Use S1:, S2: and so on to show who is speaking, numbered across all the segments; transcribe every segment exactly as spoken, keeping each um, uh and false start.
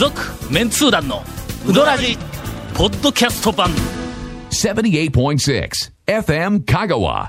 S1: 続メンツー団のウドラジポッドキャスト版
S2: ななじゅうはちてんろく エフエム 香川。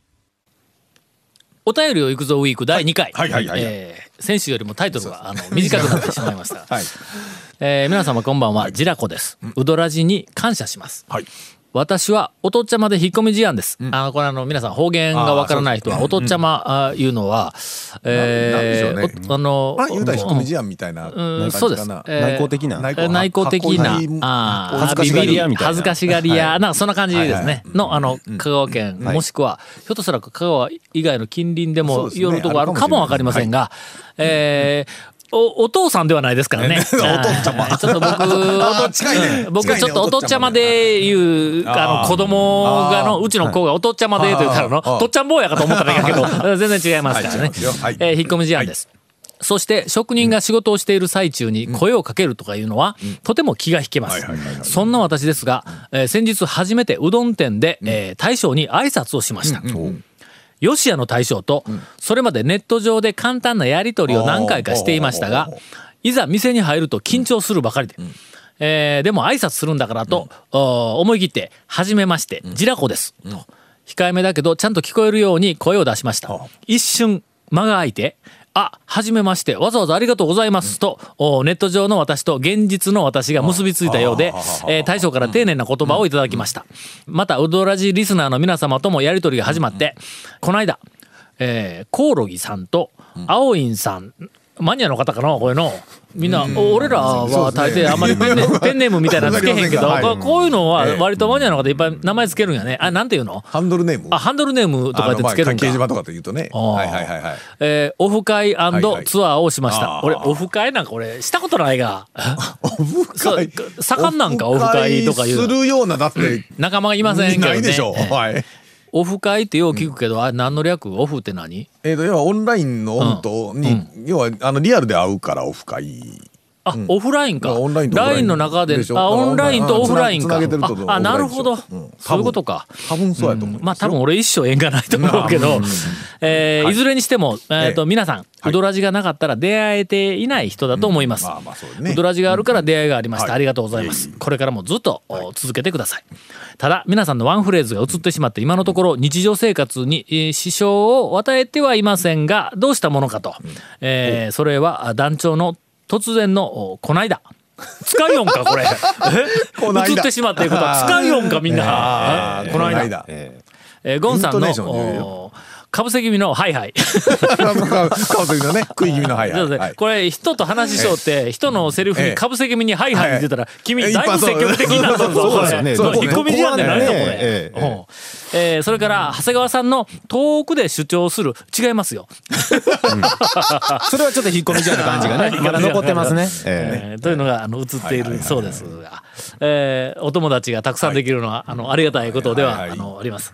S1: お便りをいくぞウィークだいにかい、
S3: はいはいはいはい
S1: えー先週よりもタイトルがあの短くなってしまいました、
S3: はい
S1: えー皆様こんばんは、ジラコです。ウドラジに感謝します。
S3: はい。
S1: 私はおとっちゃまで引っ込み思案です、あのこれあの皆さん方言がわからない人はおとっちゃまあいうのは、えー
S3: なんでしょうね
S1: おあの
S3: まあ言うたら引っ込み思案みたいな
S1: うん
S3: 感じかな。
S1: そうです、えー
S4: 内向的な
S3: 内
S1: えー内向的な
S3: 箱入り
S1: あー
S4: 恥ずかしがり屋みたいな
S1: 恥ずかしがり屋、なんかそんな感じですね、
S3: はいはい
S1: のあの香川県、もしくはひょっとしたら香川以外の近隣でも寄るところあるかもわかりませんが、えーお, お父さんではないですからね。
S3: お父ちゃま
S1: ちょっと僕は
S3: 近いね
S1: 僕
S3: 近いね
S1: ちょっとおとっちゃまでいうあの子供がのうちの子がおとっちゃまでと言ったらのとっちゃん坊やかと思ったらいいけど全然違いますからね。
S3: はい違いますよはい
S1: えー引っ込み思案です。そして職人が仕事をしている最中に声をかけるとかいうのは、とても気が引けます。そんな私ですが、えー先日初めてうどん店で、えー大将に挨拶をしました。ヨシアの大将とそれまでネット上で簡単なやり取りを何回かしていましたが、いざ店に入ると緊張するばかりで、えーでも挨拶するんだからと、お思い切って「はじめましてジラコです」と控えめだけどちゃんと聞こえるように声を出しました。一瞬間が空いて「あ、はじめまして、わざわざありがとうございます」と、おネット上の私と現実の私が結びついたようで、えー大将から丁寧な言葉をいただきました。またウドラジリスナーの皆様ともやり取りが始まって、この間、えーコオロギさんと青インさん、マニアの方かなこれのみんな、俺らは大抵あんまりペンネペンネームみたいなのつけへんけど、
S3: はい
S1: ここういうのは割とマニアの方いっぱい名前つけるんやね。あ、なんていうの？
S3: ハンドルネーム。
S1: あ、ハンドルネームとかでつけるんか。
S3: 掲示板とかって言うとね。
S1: あー
S3: はいはいはいはい。
S1: えーオフ会ツアーをしました。
S3: はいはい
S1: 俺オフ会なんか俺したことないが。
S3: オフ会
S1: そう盛んなんかオフ会とかいう
S3: オフ会するようなだって
S1: 仲間がいませんけどね。
S3: ないでしょう。はい。
S1: オフ会ってよう聞くけど、あれ何の略？オフって何？
S3: えーと要はオンラインのオンとに要はあのリアルで会うからオフ会。
S1: あ、オフラインか。
S3: まあオンラインとオフライン
S1: ラインの中で
S3: でし、ょ
S1: あ、オンラインとオフラインか。
S3: つなげてると
S1: あ、あなるほど。
S3: オフラインでしょうん
S1: そういうことか。
S3: 多分そうやと思う。
S1: まあ多分俺一生縁がないと思うけど、えーいずれにしても、えーと皆さん、ウドラジがなかったら出会えていない人だと思います。
S3: まあまあそうね。
S1: ウドラジがあるから出会いがありました。
S3: はい
S1: ありがとうございます。これからもずっとお続けてください。ただ皆さんのワンフレーズが映ってしまって今のところ日常生活にえー支障を与えてはいませんが、どうしたものかと。えーそれは団長の突然のおこないだ。使いよんかこれ。
S3: こないだ
S1: 映ってしまっていることは使いよんかみんな。
S3: えー
S1: この間。
S3: この間
S4: え
S1: えーゴンさんの
S3: イントネーションで言うよ
S1: おかぶせ気味のはいはい。
S3: 顔というのね食い気味のはいはい
S1: そうですね
S3: はい。
S1: これ人と話しようって人のセリフにかぶせ気味に「はいはい」って言ったら君
S3: ええ
S1: だいぶ積極的になったぞ
S4: そうですよね
S1: これ引っ込み思案で何だこれ
S4: ええええ
S1: うんえーそれから長谷川さんの遠くで主張する違いますよ
S4: それはちょっと引っ込み思案な感じがねまだ残ってますね。え
S1: えーというのがあの映っているそうですが、えーお友達がたくさんできるのはあのありがたいことでは
S3: はいはいはい
S1: あのあります。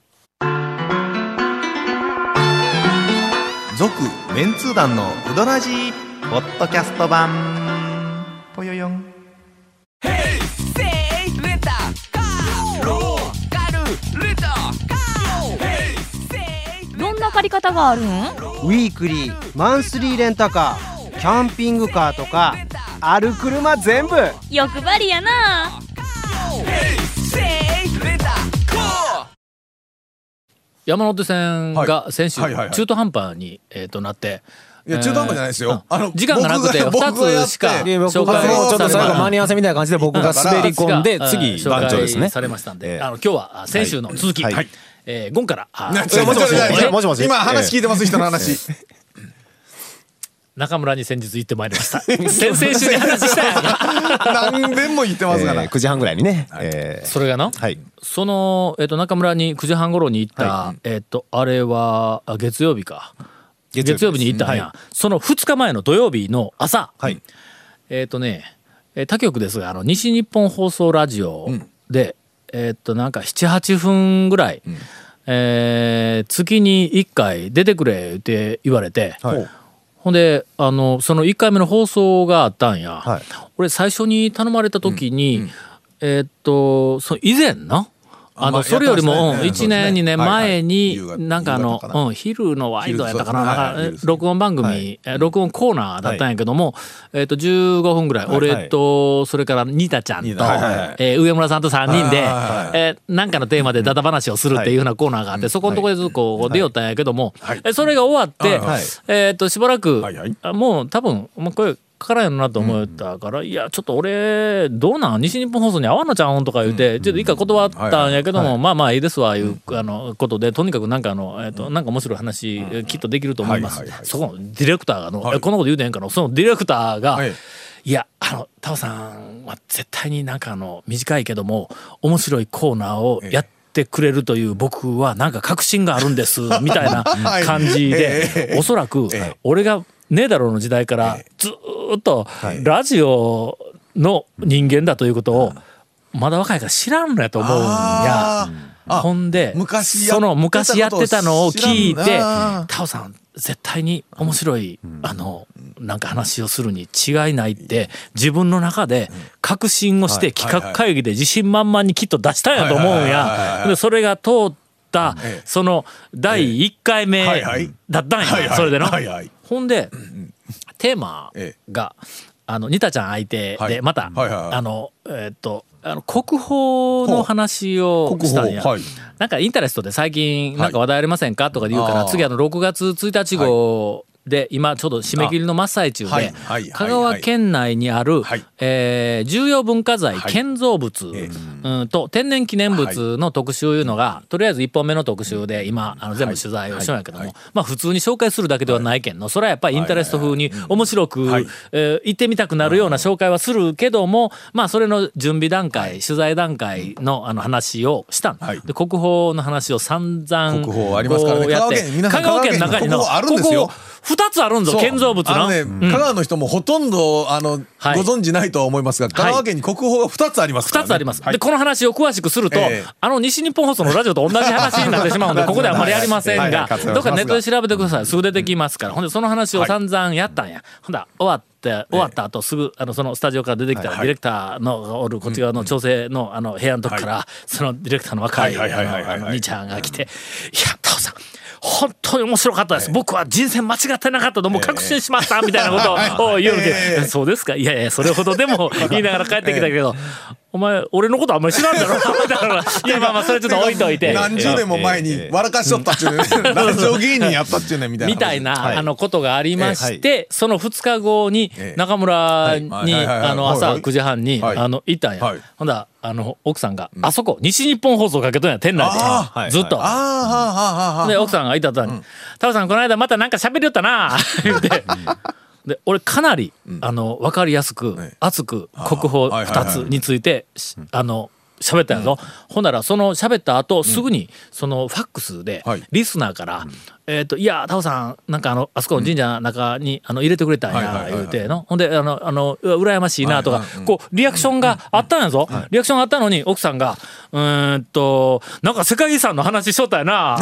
S5: 続メンツー団のウドラジーポッドキャスト版ぽよよん。
S6: どんな借り方があるん？
S7: ウィークリーマンスリーレンタカーキャンピングカーとかある車全部
S6: 欲張りやな。
S1: 山手線が先週
S3: はいはいはいはい
S1: 中途半端にえーとなって
S3: いや中途半端じゃないですよ。あの
S1: 時間がなくて
S3: 僕が
S1: ふたつしか
S3: 僕がやって
S4: え僕
S1: 紹介
S4: がもうちょっと最後間
S1: され
S4: に合わせみたいな感じで僕が滑り込んで次
S1: 紹
S4: 団長ですね
S1: 介。されましたんで、
S4: ええ
S1: あの今日はあ先週の続き、
S4: はいはい
S1: えーゴンからあ
S3: なちょ
S4: もしもし
S3: ちょちょ
S4: もしもし
S3: 今話聞いてます人の話。
S1: 中村に先日行ってまいりました。先々週に話したやんか。
S3: 何遍も言ってますから
S4: えー。くじはんぐらいにね。えー
S1: それがな、
S4: はい。
S1: その、えー、と中村にくじはん頃に行った、
S4: は
S1: えっ、とあれはあ月曜日か
S4: 月曜日
S1: 月曜日に行ったんや、そのふつかまえの土曜日の朝、
S4: はい。
S1: えっ、とね、えー他局ですがあの西日本放送ラジオで、えっ、となんかななはちふんぐらい、えー月にいっかい出てくれって言われて、
S4: はい
S1: ほんであのそのいっかいめの放送があったんや、
S4: はい
S1: 俺最初に頼まれた時に、えーっとその以前なあのそれよりもいちねんにねんまえになんかあのうん昼のワイドやったかな、なんか録音番組録音コーナーだったんやけども、えっとじゅうごふんぐらい俺とそれからニタちゃんとえ上村さんとさんにんでえなんかのテーマでダダ話をするっていうようなコーナーがあって、そこのところでこう出よったんやけども、それが終わってえっとしばらくもう多分もうこれかからんやろなと思ったから、うん、いやちょっと俺どうなん西日本放送に合わんのちゃうんとか言って、うん、ちょっと一回断ったんやけども、はいはい、まあまあいいですわいう、うん、あのことでとにかくなんかあの、えー、となんか面白い話、うん、きっとできると思います、はいはいはい、そこのディレクターがの、はい、こんなこと言うてへんからそのディレクターが、はい、いやあのタオさんは絶対になんかあの短いけども面白いコーナーをやっててくれるという僕はなんか確信があるんですみたいな感じで、おそらく俺がねえだろうの時代からずっとラジオの人間だということをまだ若いから知らんのやと思うんや。ほんでその昔やってたのを聞いてタオさん絶対に面白いあのなんか話をするに違いないって自分の中で確信をして企画会議で自信満々にきっと出したんやと思うんや。でそれが通ったそのだいいっかいめだったんやそれでの。ほんでテーマがあのニタちゃん相手でまたあのえっとあの国宝の話をしたんや、はい、なんかインタレストで最近なんか話題ありませんかとかで言うから、次あのろくがつついたち号で今ちょうど締め切りの真っ最中で香川県内にあるえ重要文化財建造物うんと天然記念物の特集いうのがとりあえずいっぽんめの特集で今あの全部取材をしたんやけども、まあ普通に紹介するだけではないけんの、それはやっぱりインタレスト風に面白くえ行ってみたくなるような紹介はするけども、まあそれの準備段階取材段階のあの話をしたんで、国宝の話を散々こうやって香川県の中にの国宝ふたつあるんぞ建造物の、
S3: あのね、うん、香川の人もほとんどあの、はい、ご存知ないとは思いますが、香川県に国宝がふたつありますからね。
S1: ふたつあります、はい、でこの話を詳しくすると、えー、あの西日本放送のラジオと同じ話になってしまうんでここではあんまりやりませんが、はいはい、どっかネットで調べてください、すぐ出てきますから。ほんでその話を散々やったんや、はい、ほんだ終わって終わった後すぐあのそのスタジオから出てきたらディレクターのおるこっち側の調整のあの部屋のとこからそのディレクターの若い兄ちゃんが来て、いやタオさん本当に面白かったです、僕は人生間違ってなかったともう確信しましたみたいなことを言うので、そうですか、いやいやそれほどでも言いながら帰ってきたけど、お前俺のことあんまり知らんだろみたいな、いやまあまあそれちょっと置いといて、
S3: 何十年も前に笑かしとったっちゅうね、ラジオ芸人やったっちゅうねみたいな
S1: みたいなあのことがありまして、そのふつかごに中村にあの朝くじはんにあの行ったんや。ほんだあの奥さんがあそこ西日本放送かけとんや店内でずっと。で奥さんがいたとに「タオさんこの間またなんか喋りよったな」言うて。で俺かなり、うん、あの分かりやすく、ね、熱く国宝ふたつについて、あの喋ったんやぞ、うん、ほんならその喋った後、うん、すぐにそのファックスで、はい、リスナーから、うん、えっ、ー、といやタオさんなんかあのあそこの神社の中に、うん、あの入れてくれたんや言うての、ほんであのあの羨ましいなとか、はいはい、こうリアクションがあったんやぞ、うん、リアクションがあったのに奥さんがうーんとなんか世界遺産の話しとったやな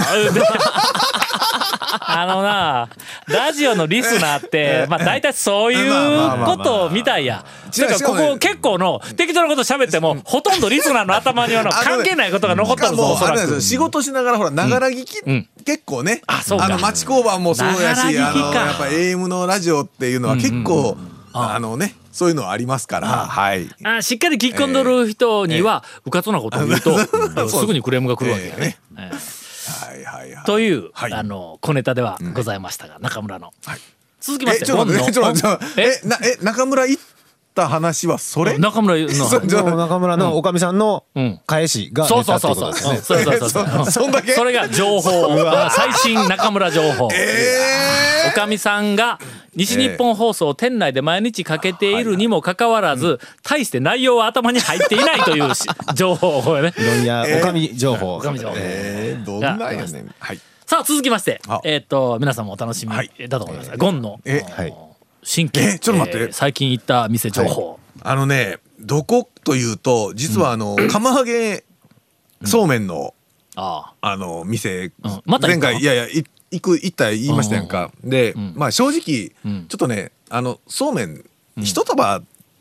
S1: あのなラジオのリスナーってまあ大体そういうことみたいや。だからここ結構の適当なこと喋ってもほとんどリスナーの頭にはの関係ないことが残ったるぞ。おそらく
S3: 仕事しながらほらながら聞き、うん、結構ね、ああの町工場もそうやし、あのやっぱ エーエム のラジオっていうのは結構、うんうん、あのねそういうのはありますから、はい、
S1: あしっかり聞き込んどる人にはうかつなことを言うと、えー、すぐにクレームが来るわけやね。えーえーはいはいはい、という、はい、あの小ネタではございましたが、うん、中村の、はい、続きまして
S3: えちょっと待ってちょっと待ってえなえ中村行った話はそれ
S1: 中村の
S4: 中村のおかみさんの返しが
S1: そうそうそうそうそうそうそうそうそんだけそれが情報最新中村情報、えー、おかみさんが西日本放送を店内で毎日かけているにもかかわらず、大して内容は頭に入っていないという情報をね。
S4: いや、おかみ情報。
S1: おかみ情報。
S3: えー、どんなんやねん。はい。
S1: さあ続きまして、えっと皆さんもお楽しみだと思います。ゴンの新規、
S3: えちょっと待って、
S1: 最近行った店情報。
S3: あのね、どこというと実はあの釜揚げそうめんのあの店前回いやいや行く行った言いましたやんか。で、まあ正直ちょっとねあのそうめん一束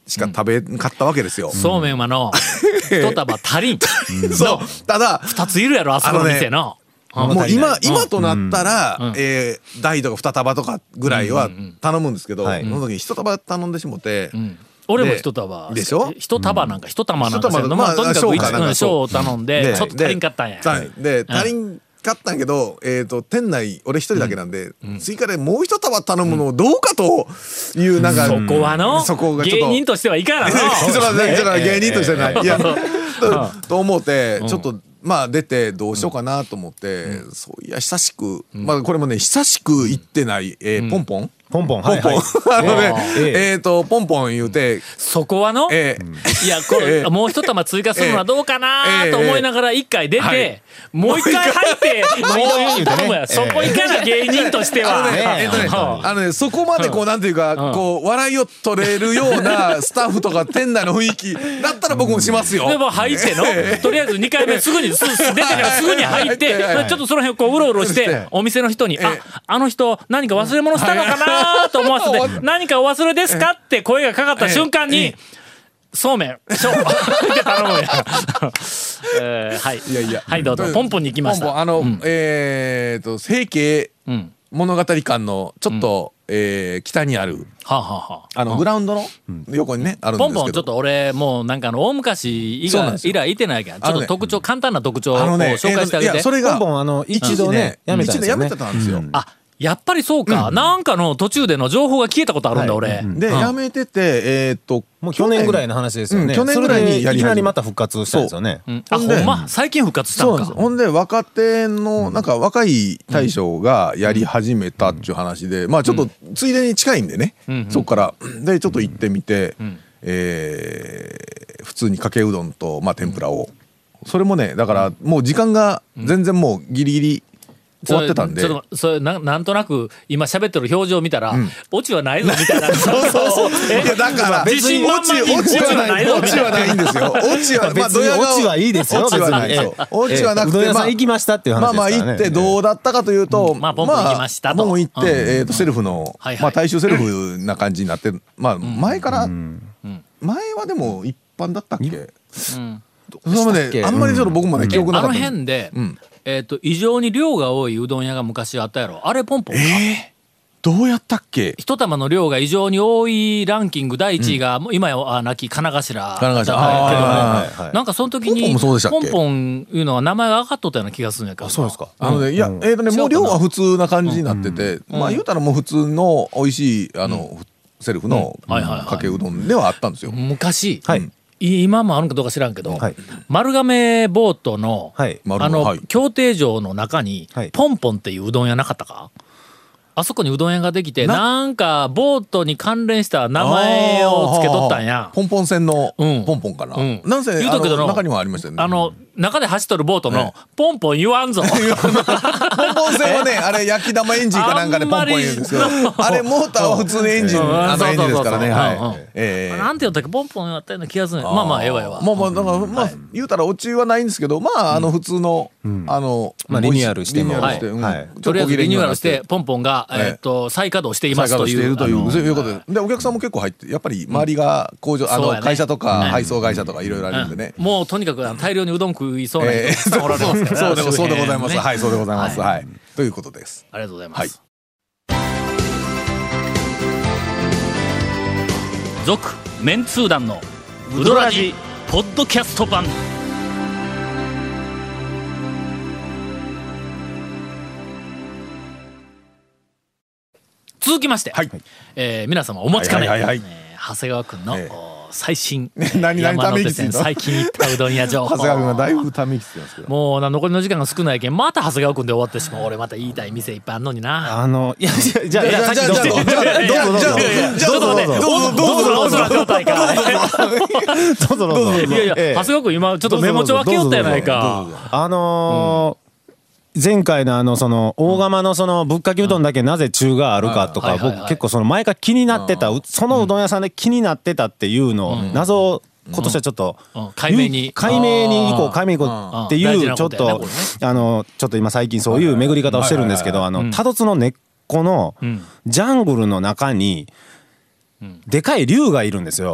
S3: しか食べんかったわけですよ。
S1: そうめんはの一束足りん。
S3: そうただ
S1: 二ついるやろあそこの店の。
S3: もう今今となったらえ大とか二束とかぐらいは頼むんですけど、その時に一束頼んでしもて。
S1: 俺も一束
S3: でしょ。
S1: 一束なんか一玉なんかせんのまあとにかく一の小を頼んでちょっと足りんかったんや。
S3: で足りんかったんやけど、えっと店内俺一人だけなんで追加でもう一束頼むのをどうかというなんか
S1: そこはの芸人としてはいかんやろ。
S3: そう芸人としてないいやと思ってちょっと。まあ出てどうしようかなと思って、うん、そういや久しく、うん、まあこれもね久しく行ってない、えーうん、ポンポン
S4: ポンポン
S3: ポンポン、あのねえっとポンポン言うて
S1: そこはの、えー、いやこれ、えー、もう一玉追加するのはどうかなと思いながら一回出て、えー、もう一回入ってもう頼むやそこいかな芸人としては
S3: あのねそこまでこうなんていうかこう笑いを取れるようなスタッフとか店内の雰囲気だったら僕もしますよ。
S1: でも入ってのとりあえずにかいめすぐに出てからすぐに入ってちょっとその辺こううろうろしてお店の人に「ああの人何か忘れ物したのかな?」と思わせて「何かお忘れですか?」って声がかかった瞬間に「そうめんしょ」って頼むんや。はいいやいやはいどうぞポンポンに行きました。
S3: あのえっと成形物語館のちょっとえ北にあるあのグラウンドの横にねあるんですけど、
S1: ポンポンちょっと俺もうなんかあの大昔以来いてないからちょっと特徴簡単な特徴を紹介してあげて。
S3: それが
S4: ポンポンあの一度ねやめたんですよね。
S1: あやっぱりそうか、うん、なんかの途中での情報が消えたことあるんだ、はい、俺、
S3: うん、で、うん、やめててえー、っと
S4: もう去年ぐらいの話ですよね、うん、
S3: 去年ぐらいにやり
S4: いきなりまた復活したんですよね。
S1: うん、あほんま最近復活したのか。
S3: ほんで若手のなんか若い大将がやり始めたっていう話で、まあちょっとついでに近いんでね、うん、そこからでちょっと行ってみて、うん、えー、普通にかけうどんと、まあ、天ぷらをそれもねだからもう時間が全然もうギリギリ終わってたんで、
S1: ちょっとそれ な, なんとなく今喋ってる表情を見たら、うん、オチはないぞみたいなそうそうそう
S3: いやだから
S1: 自信満々に
S3: オチはないオチはないんですよ。オチはまあ
S4: 別にオチはいいですよ。
S3: オチはないオチはなくて
S4: うどん屋さん行きましたっていう話ですからね。
S3: まあまあ行ってどうだったかというと、
S1: まあポンポン行きましたと、
S3: もう行ってえっとセルフのまあ大衆セルフな感じになってまあ前から前はでも一般だったっけ。うんそうねあんまりちょっと僕もね記憶なかった。
S1: あの辺でえっと異常に量が多いうどん屋が昔あったやろ。あれポンポンか。
S3: えーどうやったっけ。
S1: 一玉の量が異常に多いランキングだいいちいが、うん、今やなき金頭だったんやけど、なんかその時にポンポンいうのは名前が上がっとったような気がするんやけど。
S3: そうですか。あのねいやえっとねもう量は普通な感じになってて、まあ言うたらもう普通の美味しいあのセルフのかけうどんではあったんですよ。
S1: 昔。今もあるかどうか知らんけど、はい、丸亀ボートの、はい、あの、はい、競艇場の中に、はい、ポンポンっていううどん屋なかったか。あそこにうどん屋ができて な, なんかボートに関連した名前をつけとったんや。
S3: ポンポン船のポンポンかな、うん、なんせ言うとくけど中にもありましたよね。
S1: あの中で走っとるボートのポンポン言わんぞ。ポンポ
S3: ン船はねあれ焼き玉エンジンかなんかでポンポン言うんですけど、あれモーターは普通のエンジンあのエンジンですからね。
S1: なんて言ったっけポンポンやったような気がする。まあまあええわええわ。
S3: まあまあだからまあ言うたらオチはないんですけど、まああの普通のあの
S4: リニューアルしても
S1: とりあえずリニューアルしてポンポンがえっと再稼働していますという
S3: ということで、でお客さんも結構入ってやっぱり周りが工場あの会社とか配送会社とかいろいろあるんでね。
S1: もうとにかく大量にうどん食いそうな人おられますから。
S3: そうでそうでございます。はいそうでございます。はいということです。
S1: ありがとうございます。続メンツー団のウドラジポッドキャスト版。続きまして、はいえー、皆様お待ちかね、はいはいはいはいえー、長谷川くんの、えー最新
S3: 何々ため息ついた
S1: 最近行ったうどん屋情報。
S3: 長谷川君がだいぶため息ついてますけど、
S1: もう残りの時間が少ないけんまた長谷川君で終わってしまう。俺また言いたい店いっぱいあんのにな。
S4: あのいやじゃあじゃあじゃあじゃあどうぞどうぞどうぞ
S3: どうぞどうぞどうぞ
S1: どうぞ状態か。
S4: どうぞどうぞ。
S1: いやいや長谷川君今ちょっとメモ帳開けよったやないか。
S4: あの前回のあのその大釜のそのぶっかけうどんだけなぜ中があるかとか僕結構その前から気になってたそのうどん屋さんで気になってたっていうのを謎を今年はちょっと
S1: 解明に
S4: 解明に行こう解明に行こうっていうちょっとあのちょっと今最近そういう巡り方をしてるんですけど、あの多度津の根っこのジャングルの中にでかい竜がいるんですよ。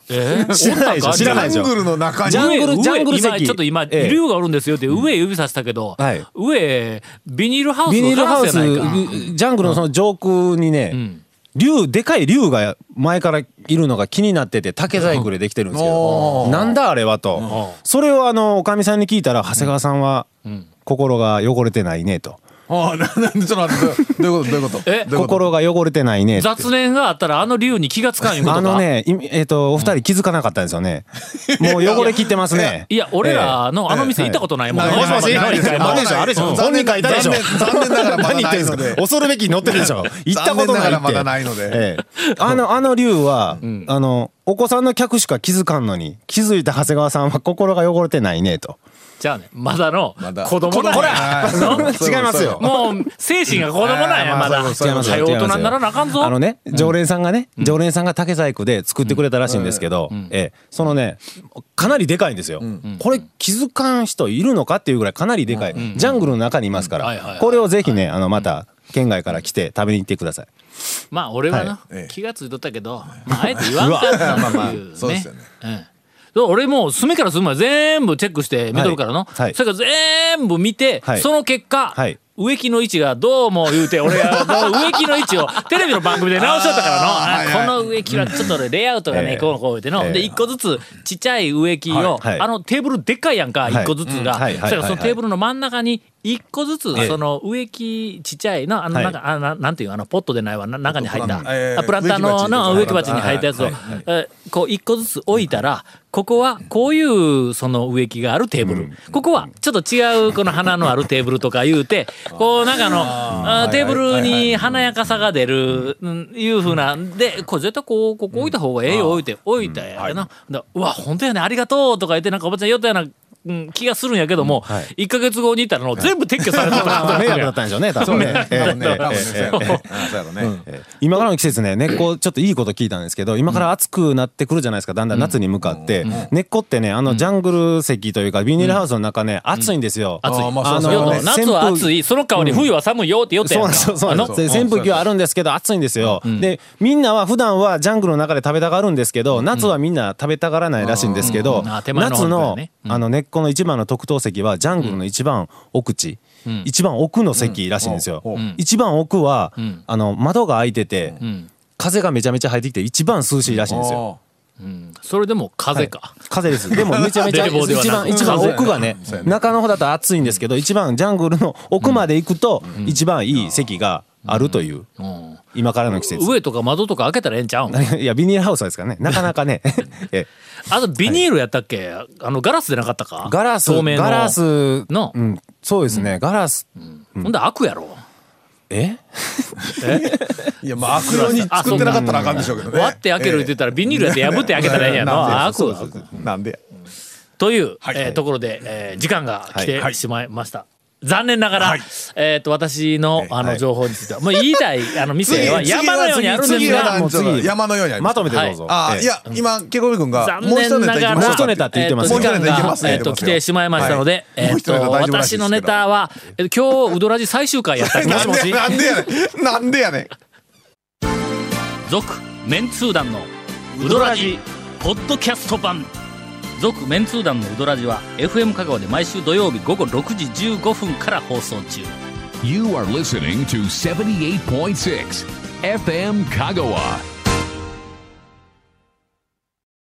S1: えー、
S4: 知らないでしょ知らないでしょ
S3: ジャングルの中に
S4: ジャングル
S1: 上
S4: ジャングル席
S1: 今ちょっと今、
S4: ええ
S1: 竜がおるんですよって上指さしたけど、
S4: はい
S1: 上ビニールハウス
S4: ビニール
S1: のガラ
S4: ハウス
S1: スやないか。
S4: ジャングルのその上空にね、
S1: ん
S4: 竜でかい竜が前からいるのが気になってて竹細工でできてるんですけど、なんだあれはと、それをあのおかみさんに聞いたら長谷川さんは心が汚れてないねと、
S3: ああ、ななんでちょっと待ってどういうことどういうこと
S1: え
S3: どういうこと
S4: 心が汚れてないねって。
S1: 雑念があったらあの竜に気がつかんいうことか。
S4: あのね、いえっとお二人気づかなかったんですよね。もう汚れ切ってますね。
S1: いや俺らのあの店行ったことないもん。
S3: ええ
S1: もしもし
S3: ないないない
S4: あるでしょあるでしょ。
S3: うん
S4: 本人書いたでしょ。
S3: 残念残念ながらまだ
S4: 何言ってんですか。
S3: ないので
S4: 恐るべきに載ってるでしょ。行ったことないって。
S3: 残念ながらまだないので
S4: ええあのあの竜はあのお子さんの客しか気づかんのに気づいた長谷川さんは心が汚れてないねと。
S1: じゃあねまだの
S3: まだ
S1: 子供だ
S3: ほ
S1: から
S3: ら
S4: 違いますよ。
S1: もう精神が子供なんやまだ。
S3: 違いますよ
S1: 早大人にならなあかんぞ。
S4: あのね常連さんがね、常連さんが竹細工で作ってくれたらしいんですけど、ええそのねかなりでかいんですよ、これ気づかん人いるのかっていうぐらいかなりでかい、ジャングルの中にいますから、
S1: はいはいはい
S4: これをぜひねあのまた県外から来て食べに行ってください。
S1: まあ俺はな、
S3: はいええ
S1: 気がついとったけど、まあ、あえて言わんかったっていうね。
S3: そうですよね
S1: うん俺もう隅から隅まで全部チェックして見とるからの、
S4: はいはい
S1: それから全部見て、
S4: はい
S1: その結果、
S4: はい
S1: 植木の位置がどうも言うて俺が植木の位置をテレビの番組で直しとったからの、
S3: あーはいはい
S1: この植木はちょっと俺レイアウトがね、
S4: ええ
S1: こうこう言うての、
S4: ええ
S1: で一個ずつちっちゃい植木を、
S4: はいはい
S1: あのテーブルでっかいやんか、
S4: はい
S1: 一個ずつが、
S4: うんはいはい
S1: それからそのテーブルの真ん中に一個ずつ
S4: ええ
S1: その植木ちっちゃいのあの
S4: はい
S1: なんか、あななんていうあのポットでないわな中に入った、
S3: ええ
S1: あプランターのの植木鉢に入ったやつを、
S3: はい
S1: えーこう一個ずつ置いたらここはこういうその植木があるテーブル、ここはちょっと違うこの花のあるテーブルとか言うてこうなんかあのあーテーブルに華やかさが出るうんいうふうなんでこれ絶対こうここ置いた方がええよ置いて置いたやな、だうわ本当やねありがとうとか言ってなんかおばちゃん言ったようなうん気がするんやけども、いっかげつごに行ったらの全部撤去されてた
S4: 迷惑だったんでしょうね多分ね。ええ
S3: 多分ね
S4: ええ
S3: 多分ねそうやろねあそうやろね
S4: ええ今からの季節ね根っこちょっといいこと聞いたんですけど今から暑くなってくるじゃないですかだんだん夏に向かって根っこってねあのジャングル席というかビニールハウスの中ね暑いんですよ。
S1: 暑い、
S3: あーまあ
S4: そうそう
S1: よ
S4: ね
S1: 夏は暑いその代わり冬は寒いよって言ったやんか、
S4: そうそうそう
S1: あの
S4: で扇風機はあるんですけど暑いんですよ、でみんなは普段はジャングルの中で食べたがるんですけど夏はみんな食べたがらないらしいんですけど、
S1: うんあ手前の方
S4: 夏の
S1: に来るね
S4: あの根っこの一番の特等席はジャングルの一番奥地、一番奥の席らしいんですよ、一番奥は、あの窓が開いてて、風がめちゃめちゃ入ってきて一番涼しいらしいんですよ。
S1: それでも風か、
S4: 風です。でもめちゃめちゃ
S1: 冷房ではなく
S4: 一番一番奥がね中の方だと暑いんですけど一番ジャングルの奥まで行くと一番いい席があるという今からの季節。
S1: 上とか窓とか開けたらええんちゃうん
S4: いやビニールハウスですからねなかなかねえ
S1: あとビニールやったっけ、あのガラスでなかったか
S4: ガラス
S1: 透明の
S4: ガラス
S1: の
S4: うんそうですねガラス
S1: ほんで開くやろ
S4: え
S3: いやまあ悪用に作ってなかったらあかんでしょうけどね
S1: 割って開けるって言ったらビニールやって破って開けたらええんやろ開くわ
S3: なんで
S1: という、
S3: はい
S1: えーところで、えー時間が来て
S3: はい
S1: しまいました、残念ながら、
S3: はい
S1: えー、と私のあの、
S3: はい
S1: 情報についてはもう言いたいあの店は
S3: 次
S1: 山のようにあるんです
S3: 次は
S1: が
S3: もう次山のようにありま
S4: ますとめてどうぞ。ええ
S3: あいや今ケコミ君が
S1: 残
S3: もう一
S1: 念ながら
S3: ネタいきましょう
S4: もう一ネタって言ってます
S1: えーと時間
S3: もう一ネタいけ
S1: が
S3: ますね
S1: えーと来
S3: 言ってますよ
S1: てしまいましたので、えー
S3: はいもう一ネタ
S1: と
S3: 大丈夫らしいですけど
S1: 私のネタは、えー今日ウドラジ最終回やったっけもしもし
S3: なんでやねんなんでやねん
S1: 続メンツー団のウドラジポッドキャスト版続メンツー団のウドラジは エフエム 香川で毎週土曜日午後ろくじじゅうごふんから放送中。
S2: You are listening to seventy-eight point six エフエム Kagawa.